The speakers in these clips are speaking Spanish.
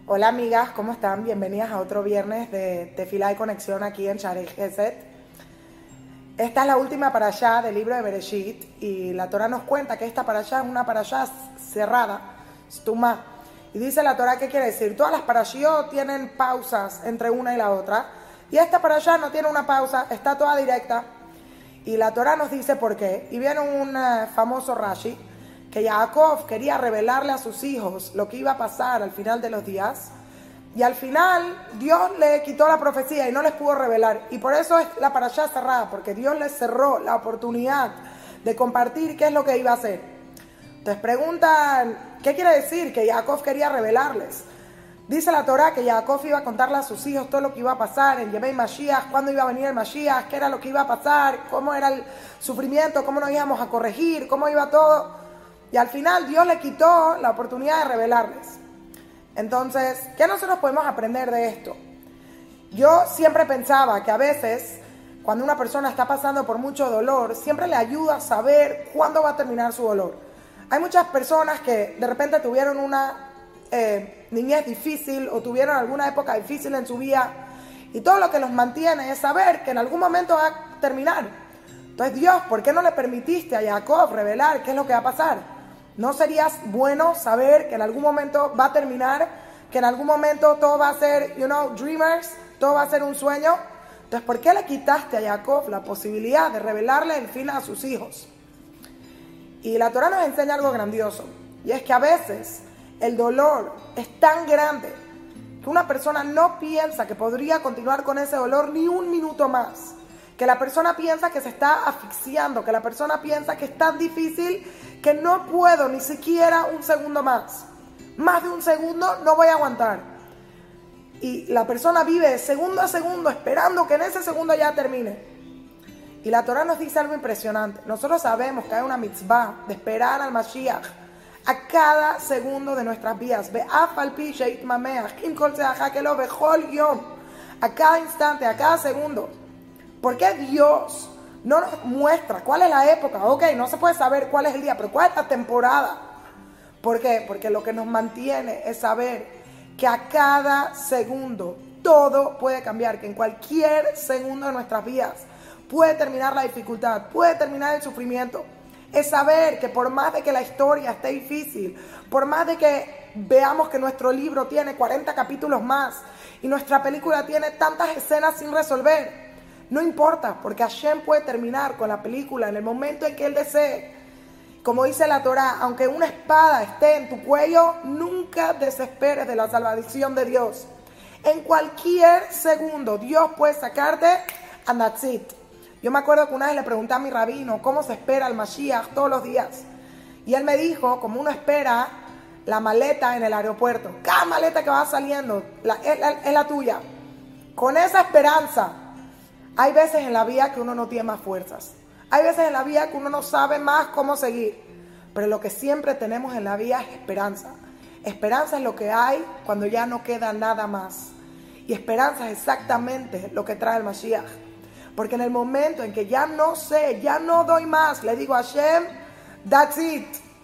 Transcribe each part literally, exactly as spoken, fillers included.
Hola amigas, ¿cómo están? Bienvenidas a otro viernes de Tefilá y Conexión aquí en Shaarei Chesed. Esta es la última parashá del libro de Bereshit y la Torah nos cuenta que esta parashá es una parashá cerrada, stumá. Y dice la Torah, ¿qué quiere decir? Todas las parashiot tienen pausas entre una y la otra y esta parashá no tiene una pausa, está toda directa. Y la Torah nos dice por qué. Y viene un uh, famoso Rashi que Jacob quería revelarle a sus hijos lo que iba a pasar al final de los días y al final Dios le quitó la profecía y no les pudo revelar, y por eso es la parashá cerrada, porque Dios les cerró la oportunidad de compartir qué es lo que iba a hacer. Entonces preguntan, ¿qué quiere decir que Jacob quería revelarles? Dice la Torah que Jacob iba a contarle a sus hijos todo lo que iba a pasar en Yemei Mashiach, cuándo iba a venir el Mashiach, qué era lo que iba a pasar, cómo era el sufrimiento, cómo nos íbamos a corregir, cómo iba todo. Y al final Dios le quitó la oportunidad de revelarles. Entonces, ¿qué nosotros podemos aprender de esto? Yo siempre pensaba que a veces, cuando una persona está pasando por mucho dolor, siempre le ayuda a saber cuándo va a terminar su dolor. Hay muchas personas que de repente tuvieron una eh, niñez difícil o tuvieron alguna época difícil en su vida y todo lo que los mantiene es saber que en algún momento va a terminar. Entonces, Dios, ¿por qué no le permitiste a Jacob revelar qué es lo que va a pasar? ¿No serías bueno saber que en algún momento va a terminar? Que en algún momento todo va a ser, you know, dreamers, todo va a ser un sueño. Entonces, ¿por qué le quitaste a Jacob la posibilidad de revelarle el fin a sus hijos? Y la Torah nos enseña algo grandioso, y es que a veces el dolor es tan grande que una persona no piensa que podría continuar con ese dolor ni un minuto más. Que la persona piensa que se está asfixiando, que la persona piensa que es tan difícil que no puedo ni siquiera un segundo más. Más de un segundo no voy a aguantar. Y la persona vive segundo a segundo esperando que en ese segundo ya termine. Y la Torah nos dice algo impresionante. Nosotros sabemos que hay una mitzvah de esperar al Mashiach a cada segundo de nuestras vidas. A cada instante, a cada segundo. ¿Por qué Dios no nos muestra cuál es la época? Ok, no se puede saber cuál es el día, pero cuál es la temporada. ¿Por qué? Porque lo que nos mantiene es saber que a cada segundo todo puede cambiar, que en cualquier segundo de nuestras vidas puede terminar la dificultad, puede terminar el sufrimiento. Es saber que por más de que la historia esté difícil, por más de que veamos que nuestro libro tiene cuarenta capítulos más y nuestra película tiene tantas escenas sin resolver, no importa, porque Hashem puede terminar con la película en el momento en que Él desee. Como dice la Torah, aunque una espada esté en tu cuello, nunca desesperes de la salvación de Dios. En cualquier segundo, Dios puede sacarte a Natzit. Yo me acuerdo que una vez le pregunté a mi rabino cómo se espera el Mashiach todos los días. Y él me dijo, como uno espera la maleta en el aeropuerto, cada maleta que va saliendo la, es, la, es la tuya. Con esa esperanza. Hay veces en la vida que uno no tiene más fuerzas. Hay veces en la vida que uno no sabe más cómo seguir. Pero lo que siempre tenemos en la vida es esperanza. Esperanza es lo que hay cuando ya no queda nada más. Y esperanza es exactamente lo que trae el Mashiach. Porque en el momento en que ya no sé, ya no doy más, le digo a Hashem, that's it.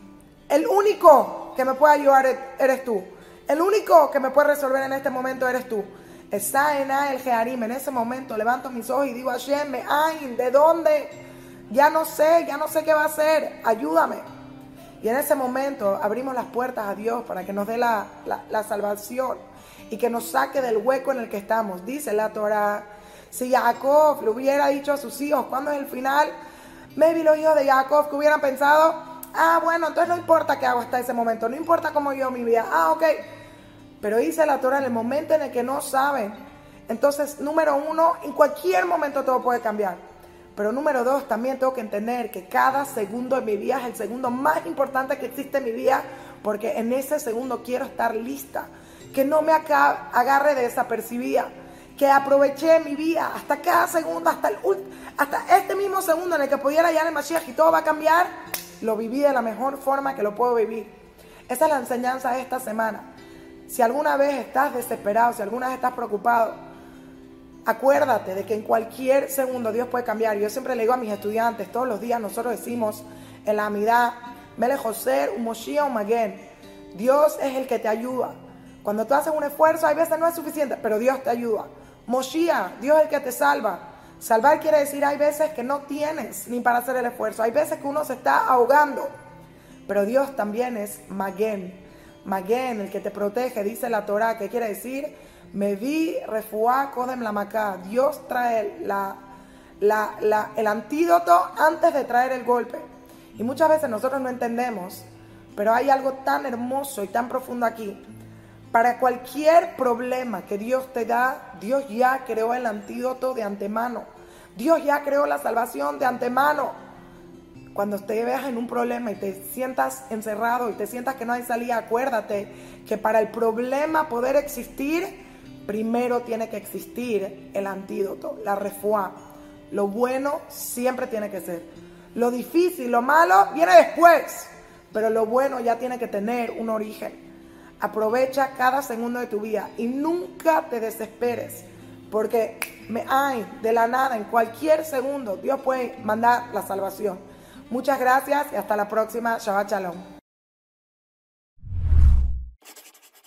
El único que me puede ayudar eres tú. El único que me puede resolver en este momento eres tú. Esa en el Jearim, en ese momento levanto mis ojos y digo, Hashem, ay, ¿de dónde? Ya no sé, ya no sé qué va a hacer, ayúdame. Y en ese momento abrimos las puertas a Dios para que nos dé la, la, la salvación y que nos saque del hueco en el que estamos. Dice la Torah, si Jacob le hubiera dicho a sus hijos, ¿cuándo es el final? Maybe los hijos de Jacob que hubieran pensado, ah, bueno, entonces no importa qué hago hasta ese momento, no importa cómo yo mi vida, ah, ok. Pero dice la Torah, en el momento en el que no saben, entonces, número uno, en cualquier momento todo puede cambiar. Pero número dos, también tengo que entender que cada segundo de mi vida es el segundo más importante que existe en mi vida, porque en ese segundo quiero estar lista, que no me agarre desapercibida, que aproveché mi vida hasta cada segundo, hasta, el, hasta este mismo segundo en el que pudiera llegar el Mashiach y todo va a cambiar, lo viví de la mejor forma que lo puedo vivir. Esa es la enseñanza de esta semana. Si alguna vez estás desesperado, si alguna vez estás preocupado, acuérdate de que en cualquier segundo Dios puede cambiar. Yo siempre le digo a mis estudiantes, todos los días nosotros decimos en la Amidá, Melech Joser, Umoshiach Umagen, Dios es el que te ayuda. Cuando tú haces un esfuerzo, hay veces no es suficiente, pero Dios te ayuda. Moshiach, Dios es el que te salva. Salvar quiere decir hay veces que no tienes ni para hacer el esfuerzo. Hay veces que uno se está ahogando. Pero Dios también es Maguen. Maguen, el que te protege, dice la Torah, que quiere decir, me vi refuá kodem la macá. Dios trae la, la, la, el antídoto antes de traer el golpe. Y muchas veces nosotros no entendemos, pero hay algo tan hermoso y tan profundo aquí. Para cualquier problema que Dios te da, Dios ya creó el antídoto de antemano. Dios ya creó la salvación de antemano. Cuando te veas en un problema y te sientas encerrado y te sientas que no hay salida, acuérdate que para el problema poder existir, primero tiene que existir el antídoto, la refuá. Lo bueno siempre tiene que ser. Lo difícil, lo malo, viene después. Pero lo bueno ya tiene que tener un origen. Aprovecha cada segundo de tu vida y nunca te desesperes, porque me hay de la nada, en cualquier segundo, Dios puede mandar la salvación. Muchas gracias y hasta la próxima. Shabbat Shalom.